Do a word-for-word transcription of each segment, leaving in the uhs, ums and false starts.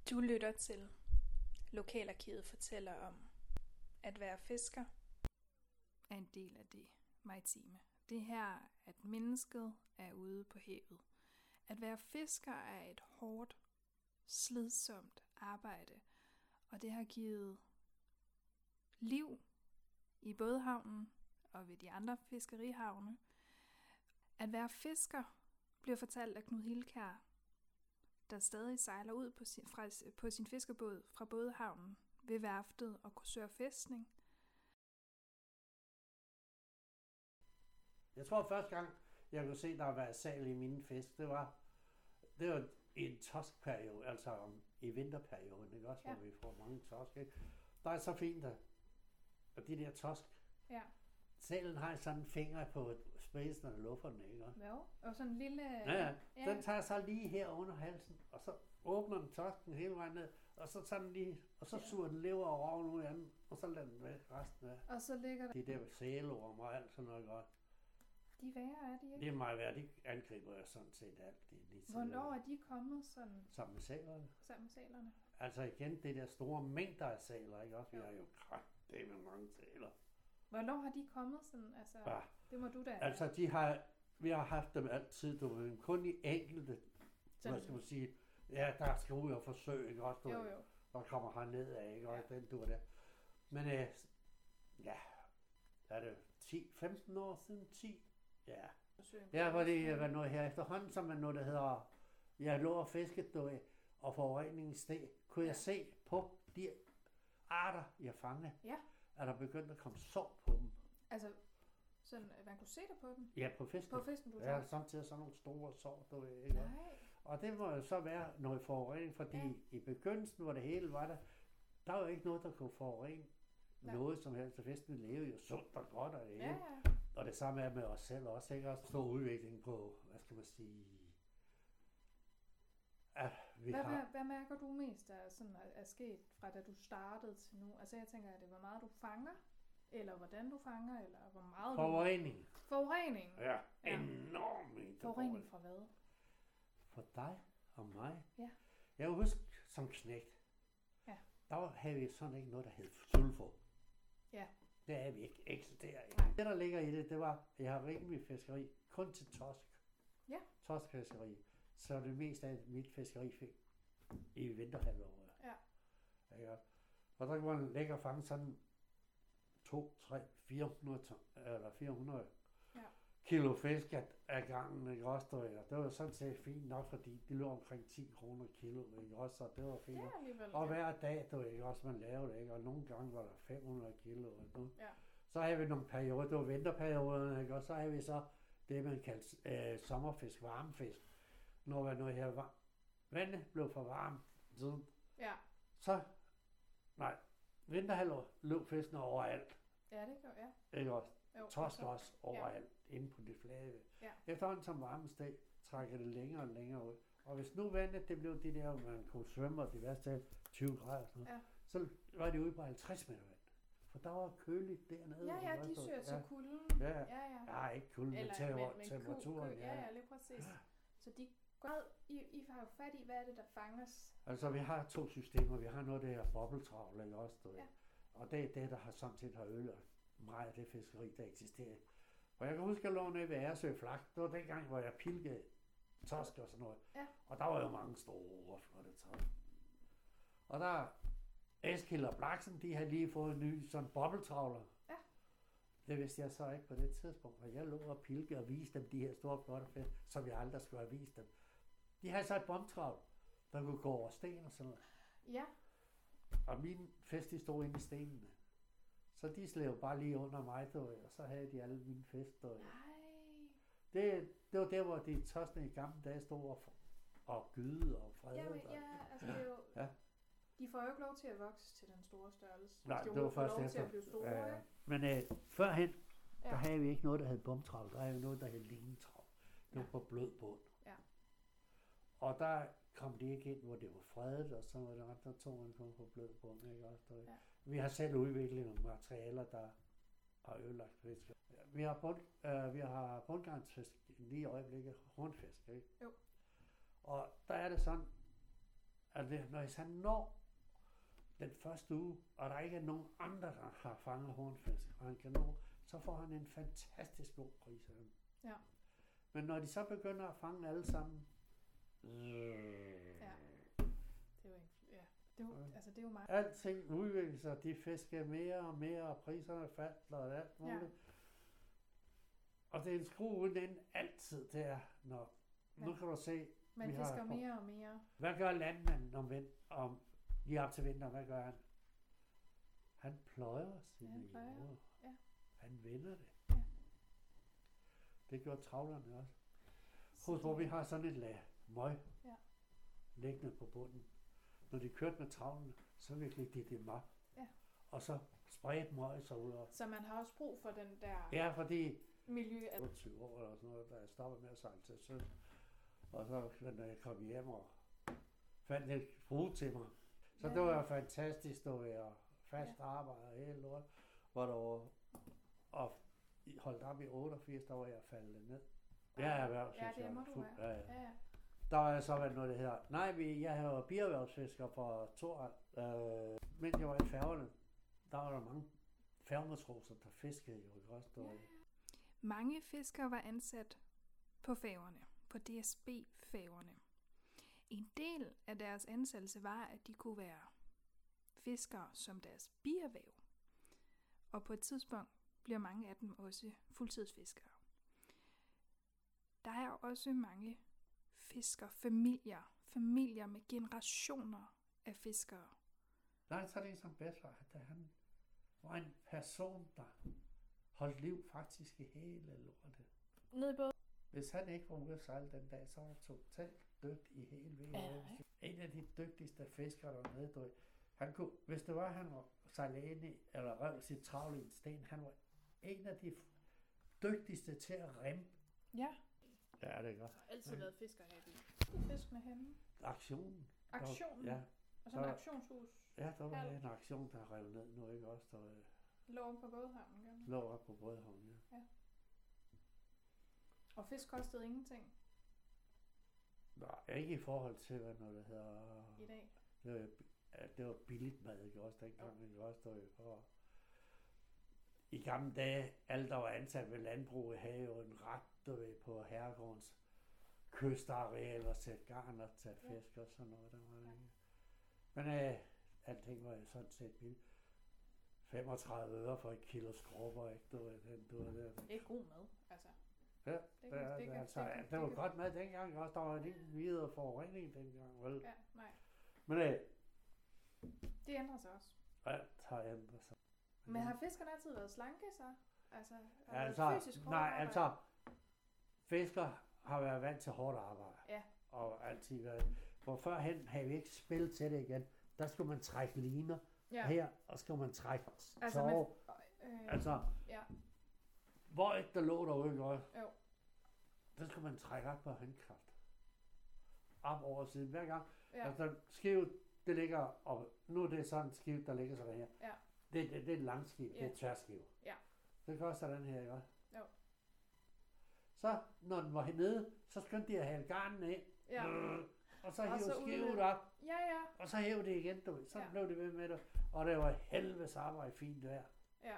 Du lytter til Lokalarkivet fortæller om at være fisker er en del af det maritime. Det her, at mennesket er ude på havet. At være fisker er et hårdt, slidsomt arbejde, og det har givet liv i bådehavnen og ved de andre fiskerihavne. At være fisker bliver fortalt af Knud Hilkjær, der stadig sejler ud på sin, fra, på sin fiskerbåd fra bådehavnen ved værftet og Korsør Fæstning. Jeg tror første gang, jeg kunne se, der var været sal i mine fisk, det var, det var i en torskperiode, altså om, i vinterperioden, ikke også, ja. Hvor vi får mange torsk, ikke? Der er så fint, at, at de der torsk, ja. Salen har sådan en finger på spidsen og luffer den, ikke også? Jo, og sådan en lille... Ja, ja. Den ja. tager så lige her under halsen, og så åbner den torsken hele vejen ned, og så tager den lige, og så suger den lever og røven ud af den, og så lader den væk resten af. Og så ligger der... De der sælorm og alt sådan noget godt. De værre er de ikke? Det er meget værd, de angriber jeg sådan set alt. Det lige Hvornår er de kommet sådan? Sammen med sælerne. Sammen med sælerne. Altså igen, det der store mængder af sæler, ikke også? Vi har jo kraftedeme med mange sæler. Hvornår har de kommet sådan? Altså, ja. Det må du da... Altså, de har, vi har haft dem altid, du ved, kun i enkelte, sådan. Hvad skal man sige, ja, der skal ud og forsøge, ikke også? Du jo, jo. Og kommer her ned af, ikke også? Ja. Den du der. Men øh, ja, er det ti femten år siden? ti? Ja. Ja, hvor det var noget her efterhånden, som er noget, der hedder, jeg lå og fisket, du ved, og forureningen steg, kunne jeg ja. se på de arter, jeg fangede, ja. at der begyndte at komme sår på dem. Altså, sådan, at man kunne se det på dem? Ja, på fisken. På fisken, du ja, samtidig sådan nogle store sår, du ved, ikke? Nej. Og det må jo så være noget forurening, fordi ja. i begyndelsen, hvor det hele var der, der var jo ikke noget, der kunne forurene Nej. noget som helst. Så fisken levede jo sundt og godt og det hele. Ja, ja. Og det samme er med os selv også, ikke? Også stor udvikling på, hvad skal man sige... At vi hvad, har... hvad mærker du mest, der sådan er sket fra da du startede til nu? Altså jeg tænker, at det hvor meget du fanger, eller hvordan du fanger, eller hvor meget Forurening. Du... Forurening? Ja, ja. Enormt. Forurening fra hvad? For dig og mig? Ja. Jeg husker som knægt, ja. der havde vi sådan ikke noget, der hed sulfo. Ja. Det er vi ikke eksisterer ikke. Det, der ligger i det, det var, at jeg har rimelig fiskeri kun til torsk. Ja. Torskfiskeri. Så det meste af mit fiskeri fik i vinterhalvåret. Ja. Ja. Og der kunne man lægge og fange sådan to, tre, fire hundrede, eller fire hundrede ja. kilo fisk af gangen, ikke også? Det var sådan set fint nok, fordi de lå omkring ti kroner kilo, ikke også? Så det var fint. Ja, og hver dag, du ikke også, man lavede det, ikke? Og nogle gange var der fem hundrede kilo, og nu. Ja. Så havde vi nogle perioder, det var vinterperioderne, ikke? Og så havde vi så det, man kaldte øh, sommerfisk, varmefisk. Når var noget her var, vandet blev for varmt, så, ja. så nej, vinterhalvår løb fisken overalt. Ja, det gør jeg. Ikke også? Torsk også overalt, ja. Inde på det flade. Ja. Efterhånden som varmen steg, trækker det længere og længere ud. Og hvis nu vandet, det blev det der, man kunne svømme, og det værste tyve grader, sådan ja. Så var det ude på halvtreds meter vand. For der var køligt dernede. Ja, ja, de søger til kulden. Ja, ja. ja, ja. ja ikke kulden, men temperaturen. Ja, ja, lige præcis. Ja. Så de går, I, I har jo fat i, hvad er det, der fanges? Altså, vi har to systemer. Vi har noget, der her bobbeltravl, ikke også? Ja. Og det er det, der har samtidig har ødelagt meget af det fiskeri, der eksisterer. Og jeg kan huske, at jeg lå nede ved Æresø Flak. Det var dengang, hvor jeg pilkede torsk og sådan noget. Ja. Og der var jo mange store, flotte torsk. Og der Eskild og Blaksen, de har lige fået en ny sådan bobbeltravler. Ja. Det vidste jeg så ikke på det tidspunkt, og jeg lå og pilke og viste dem de her store flotte fisk, som jeg aldrig skulle have vist dem. De havde så et bomtravl, der kunne gå over sten og sådan noget. Ja. Og min fisk, de stod inde i stenene. Så de slæv bare lige under mig, og så havde de alle mine fisk. Nej. Det, det var der, hvor de tørstende i gamle dage stod og, og gyde og frede. Jamen, ja, altså det er jo... Ja. De får jo ikke lov til at vokse til den store størrelse. Nej, de det var først lov efter. Til at blive store, ja, ja. Men øh, førhen, ja. Der havde vi ikke noget, der hed bomtravl. Der havde vi noget, der hed linetravl. Det var ja. På blød bund. Ja. Og der kom de ikke ind, hvor det var fredet, og så var det ret, der tog man kun på blød bund. Ikke? Også, der, ja. Vi har selv udviklet nogle materialer, der har ødelagt fisk. Vi har, bund, øh, vi har bundgarnsfisk lige i øjeblikket, hornfisk. Ikke? Jo. Og der er det sådan, at det, når han når den første uge, og der ikke er nogen andre, der har fanget hornfisk, og han kan nå, så får han en fantastisk god pris af dem. Ja. Men når de så begynder at fange alle sammen, ja. Det er jo ikke, ja. Det er jo, altså det er jo meget. Alting udvikler sig, de fisker mere og mere, og priserne falder og alt muligt. Ja. Og det er en skrue uden ende altid, det er, når, ja. Nu kan du se, man fisker har, mere og mere. Hvad gør landmanden om, vind, om lige op til vinteren, hvad gør han? Han pløjer sine ja, jorder. Ja. Han vender det. Ja. Det gjorde travlerne også. Husk, hvor vi har sådan et lag møg ja. liggende på bunden. Når de kørte med travlerne, så virkelig de dem op. Ja. Og så spredte møg sig ud. Og... Så man har også brug for den der ja, fordi miljø. tyve år eller sådan noget, da jeg stoppede med at sejle til sø. Og så når jeg kom hjem og fandt lidt brug til mig. Så ja. Det var fantastisk, at være fast ja. Arbejde og hele lort, hvor der var og holdt op i otteogfirs, der var jeg faldet ned. Jeg er erhvervsfisker. Ja, det må du være. Ja, ja. Ja, ja. Der var jeg så været noget, det her. Nej, vi, jeg har bierhvervsfisker fra Thor. Øh, mens jeg var i færgerne, der var der mange færgematroser, der fiskede jo også. Der. Ja. Mange fiskere var ansat på færgerne, på D S B-færgerne. En del af deres ansættelse var, at de kunne være fiskere som deres bierhverv. Og på et tidspunkt bliver mange af dem også fuldtidsfiskere. Der er også mange fiskerfamilier, familier med generationer af fiskere. Nej, så er det som bedst var, at han var en person, der holdt liv faktisk i hele lortet. Nede i båden? Hvis han ikke var ude at sejle den dag, så var han totalt dødt i hele vejen. Ja, en af de dygtigste fiskere dernede, du han kunne, hvis det var, han var sejlet ind i, eller rev sit travl i en sten, han var en af de dygtigste til at remme. Ja. Ja, det er godt. Jeg har altid været fisker her i byen. Fiskene henne? Aktionen. Aktionen? Der, ja. Og så en aktionshus? Ja, der var en aktion, der rev ned nu, ikke også? Der, lå op på bådhavnen, gør Lå op på bådhavnen, ja. ja. Og fisk kostede ingenting? Nej, ikke i forhold til, hvad noget der hedder... I dag? Det var, det var billigt mad, ikke også? Dengang, ikke også? Der var for... I gamle dage, alle der var ansat ved landbruget, havde jo en ret, du ved, på herregårdens kystareal og sætte garn og tage fisk ja. Og sådan noget. Der var det. Men øh, alting var jo sådan set billigt. femogtredive øre for et kilo skrubber, ikke? Du ved, den, du ved, det. Det er god mad, altså. Ja, det, det, det, det, altså, det, det, det var godt mad dengang også. Der var ikke videre forurening dengang, vel? Ja, nej. Men øh, det ændrer sig også. Alt har ændret sig. Men, Men har fiskerne altid været slanke, så? Altså, altså fysisk nej, arbejde? altså, fisker har været vant til hårdt arbejde. Ja. Og altid været. For førhen havde vi ikke spillet til det igen. Der skulle man trække liner. Ja. Her, og skulle man trække altså, sove. Men, øh, altså, ja. hvor ikke der lå derude, ikke også? Jo. Der skulle man trække op på håndkraft. Op over siden. Hver gang. Ja. Altså, skivet, det ligger, og nu er det sådan et skiv, der ligger sådan her. Ja. Det, det, det er et langt skiv, ja. det er et tørskiv. Ja. Det koster den her, ikke også? Jo. Så, når den var hernede, så skyndte de at have garnen ind. Ja. Og så hævde skivet op. Ja, ja. Og så hævde det igen, du ved. Så ja. blev det ved med det. Og det var helvedes arbejde fint vejr. Ja.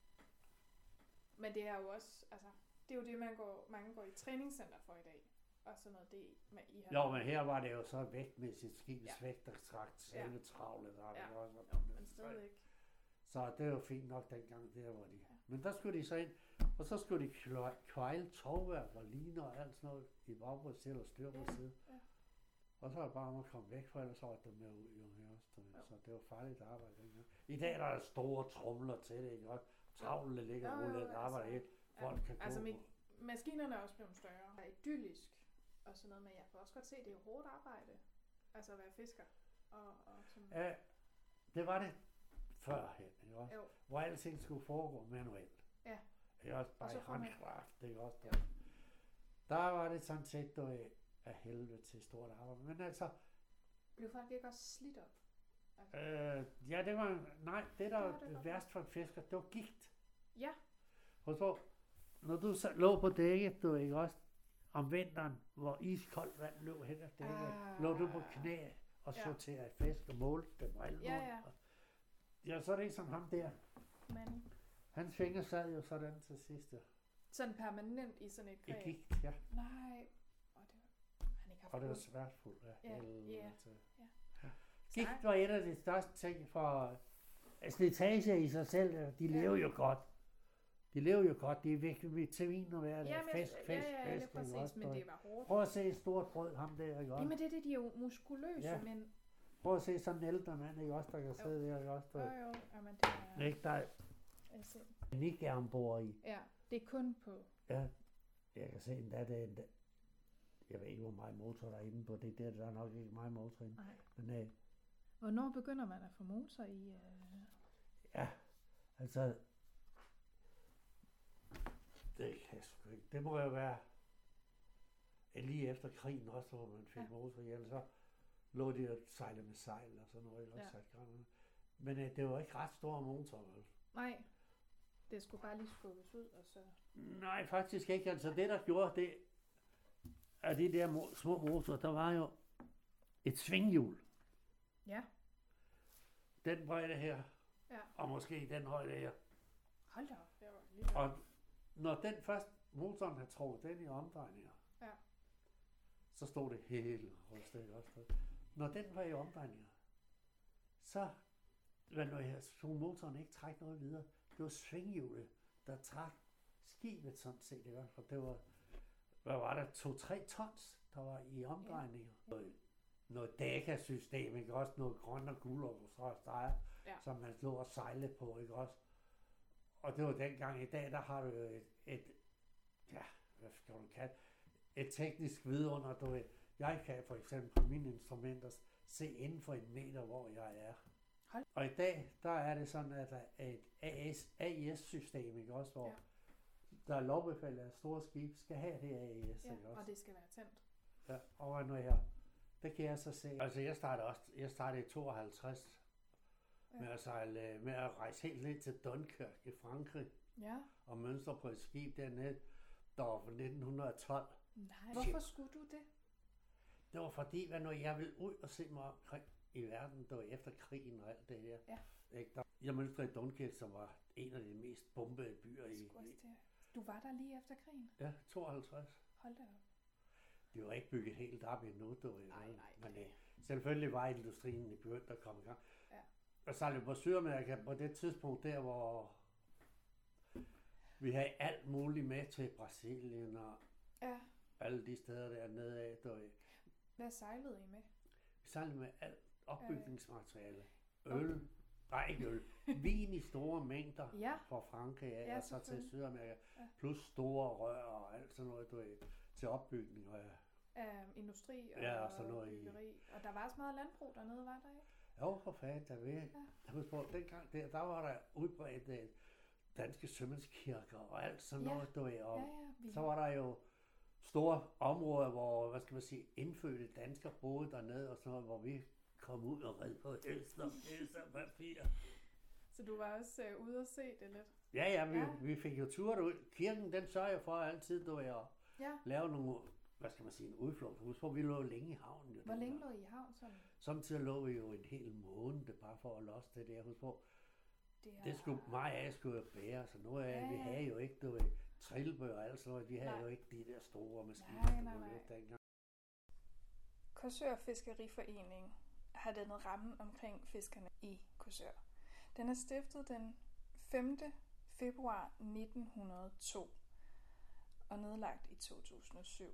Men det er jo også, altså, det er jo det, man går, mange går i træningscenter for i dag. Og sådan noget, det med I har. Jo, men her var det jo så vægtmæssigt skibets ja. vægt, der trakt selve ja. travlet. Der ja. Det også, jo, men stadig ikke. Så det var fint nok dengang, der var de. Ja. Men der skulle de så ind, og så skulle de kvejle tovværk og liner og alt sådan noget i bagbordsside og styrbordsside. Ja. Ja. Og så er det bare om at komme væk fra, ellers så var det med ud, jo, også. Ja. Så det var farligt arbejde dengang. I dag der er der store tromler til det, ikke også? Travle ligger ja, ude, og arbejder helt. Folk ja. Kan altså, gå. Altså, maskinerne er også blevet større. Det er idyllisk og sådan noget, men jeg kan også godt se, at det er hårdt arbejde. Altså at være fisker. Og, og sådan. Ja, det var det førhen, ikke også? Jo. Hvor alting skulle foregå manuelt. Ja. Ikke også? Bare i håndkraft, ikke også? Der, ja. der var det sådan set, du af, af helvede til stort arbejde. Men altså... Blev faktisk ikke også slidt op? Altså. Øh, ja, det var... Nej, det der var det værst for en fisker, det var gigt. Ja. Forstå, når du så lå på dækket, du ikke også, om vinteren, hvor iskoldt vand løb hen af dækket, ah. lå du på knæ og Ja. sortere fisk og måle dem og alt Ja, muligt. ja. Ja, så er det ikke som ham der. Men Hans fingre sad jo sådan til sidst. ja. sådan permanent i sådan et Det greb. gik, ja. Nej. Og det var, han ikke haft Og det var ondt. smertefuldt. Ja. Ja, helvede ja, til. ja. Gigt Sej. var et af de største ting for slitage i sig selv. De Ja. lever jo godt. De lever jo godt. De er virkelig vitaminer hver dag. Jamen, Fisk, fisk, ja, ja, ja, fisk. lige ikke præcis, også? men det var hårdt. Prøv at se et stort brød, ham der, ikke også? Jamen det er det, de er jo muskuløse, Ja. men Prøv at se sådan en ældre mand, ikke også, der kan sidde der, ikke også? jo Der, jo, jamen det er, ikke, der er altså, unik er ombord i. ja, det er kun på, Ja, jeg kan se endda, det er endda. Jeg ved ikke, hvor meget motor der er inde på det der. Der er nok ikke meget motor inde. nej. Men øh, Hvornår begynder man at få motor i? Øh... ja, altså, det kan jeg sgu ikke. Det må jo være lige efter krigen også, hvor man fik Ja. motor i. Ellers så lå de og sejle med sejl og sådan noget. Ikke? Ja. Ja. Men øh, det var ikke ret store motor, vel? Nej, det skulle bare lige skubbes ud, og så... Nej, faktisk ikke. Altså det, der gjorde det, af de der mo- små motorer, der var jo et svinghjul. Ja, Den bredde her, ja. og måske den højde her. Hold da op, det var lige... Og når den først, motoren havde trukket den i omdrejninger, Ja. så stod det helt rustet også. Når den var i omdrejninger, så, hvad når jeg så motoren ikke trække noget videre. Det var svinghjulet, der trak skibet sådan set, ikke? For det var, hvad var der, to-tre tons, der var i omdrejninger. Ja. Noget, noget dækasystem, ikke? Også noget grønt og guld og så streger, Ja. som man lå og sejlede på, ikke også? Og det var dengang. I dag, der har du jo et, et ja, hvad skal du kalde et teknisk vidunder, du ved. Jeg kan for eksempel på mine instrumenter se inden for en meter, hvor jeg er. Hold. Og i dag, der er det sådan, at der er et A I S-system, ikke også, hvor Ja. der er lovbefald af store skibe, skal have det A I S, Ja, ikke også? og det skal være tændt. Ja, og nu her, det kan jeg så se. Altså, jeg startede også, jeg startede i tooghalvtreds Ja. med at sejle, med at rejse helt ned til Dunkirk i Frankrig Ja. og mønstre på et skib dernede, der var fra nitten tolv. Nej, hvorfor skulle du det? Det var fordi, hvad når jeg ville ud og se mig omkring i verden, der var efter krigen og alt det her. Ja. Ikke? Der, jeg mønstrede i Dunkirk, som var en af de mest bombede byer i, Skulle også det. Du var der lige efter krigen? ja, tooghalvtreds. Hold da op. Det var ikke bygget helt op endnu, du ved. Nej, nej, Men det- øh, selvfølgelig var industrien i begyndt at komme i gang. Ja. Og så er det på Sydamerika på det tidspunkt der, hvor vi havde alt muligt med til Brasilien og Ja. alle de steder dernede af. Du ved. Hvad sejlede I med? Vi sejlede med alt opbygningsmateriale. Øl, nej ikke øl, vin i store mængder Ja. fra Frankrig af, Ja, og så til selvfølgelig. Sydamerika. Ja. Plus store rør og alt sådan noget, du ved, til opbygning. Og, Af industri og, Ja, og sådan noget i- byggeri. Og der var også meget landbrug dernede, var der ikke? jo, for fanden, der ved. Ja. Husk på, dengang der, der var der udbredt uh, danske sømandskirker og alt sådan Ja. noget, du ved. Og Ja, ja. Vi... så var der jo store områder, hvor, hvad skal man sige, indfødte danskere boede dernede og sådan noget, hvor vi kom ud og red på hester, hester, papir. Så du var også øh, ude at se det lidt? Ja, ja, vi, Ja. vi fik jo turet ud. Kirken, den sørger jo for altid, du ved, at Ja. lave nogle, hvad skal man sige, en udflugt. Husk på, vi lå længe i havnen. Jo, Hvor længe dengang. lå I i havn sådan? Samtidig lå vi jo en hel måned bare for at losse det der. Husk på, Det, er... det skulle mig af skulle jo bære, så nu er Ja, vi ja. havde jo ikke, du ved, trillebøger og alt sådan noget. Vi havde Nej. jo ikke de der store maskiner, Nej, der nej, kunne nej. løfte dengang. Korsør Fiskeriforening har dannet rammen omkring fiskerne i Korsør. Den er stiftet den femte februar nitten hundrede og to og nedlagt i to tusind og syv.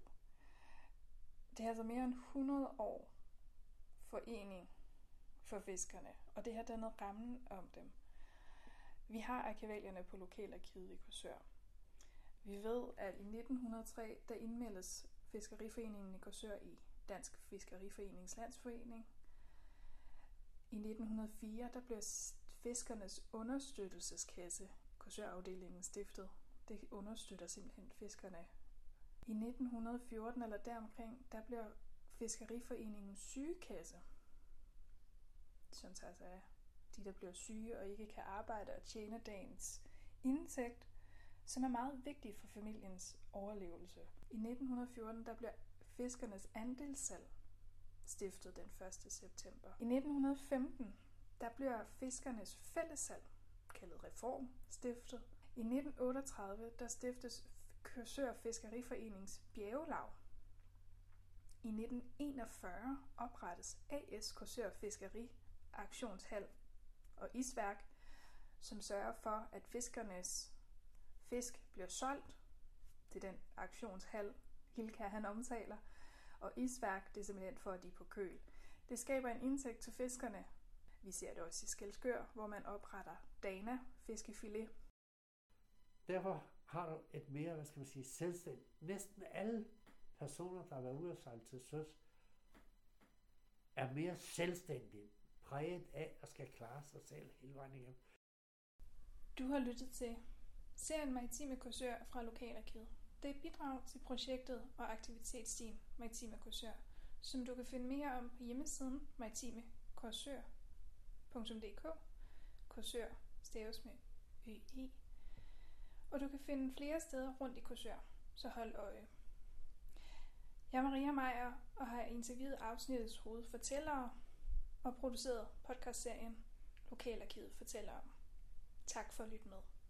Det er altså mere end hundrede år forening for fiskerne, og det har dannet rammen om dem. Vi har arkivalierne på Lokalarkivet i Korsør. Vi ved, at i nitten hundrede og tre, der indmeldes Fiskeriforeningen i Korsør i Dansk Fiskeriforenings Landsforening. I nitten hundrede og fire, der blev fiskernes understøttelseskasse, Korsør-afdelingen, stiftet. Det understøtter simpelthen fiskerne. I nitten hundrede og fjorten eller deromkring, der bliver Fiskeriforeningens sygekasse, som tager sig af de, der bliver syge og ikke kan arbejde og tjene dagens indtægt, som er meget vigtig for familiens overlevelse. I nitten hundrede og fjorten, der bliver fiskernes andelssalg stiftet den første september. I nitten femten, der bliver Fiskernes Fællessalg, kaldet Reform, stiftet. I nitten otteogtredive, der stiftes Korsør Fiskeriforenings Bjerglaug. I nitten enogfyrre oprettes A S Korsør Fiskeri Auktionshal og Isværk, som sørger for, at fiskernes fisk bliver solgt. Det er den auktionshal, Hilkær han omtaler. Og isværk, det er simpelthen for, at de er på køl. Det skaber en indtægt til fiskerne. Vi ser det også i Skælskør, hvor man opretter Dana fiskefilet. Derfor har du et mere, hvad skal man sige, selvstændigt. Næsten alle personer, der har været ude og sejle til søs, er mere selvstændige, præget af at skal klare sig selv hele vejen igennem. Du har lyttet til serien Maritime Korsør fra Lokalarkivet. Det er et bidrag til projektet og aktivitetsteam Maritime Korsør, som du kan finde mere om på hjemmesiden maritime korsør punktum d k. Korsør staves med ø i. Og du kan finde flere steder rundt i Korsør, så hold øje. Jeg er Maria Meyer og har interviewet afsnittets hovedfortællere og produceret podcastserien Lokalarkivet fortæller om. Tak for at lytte med.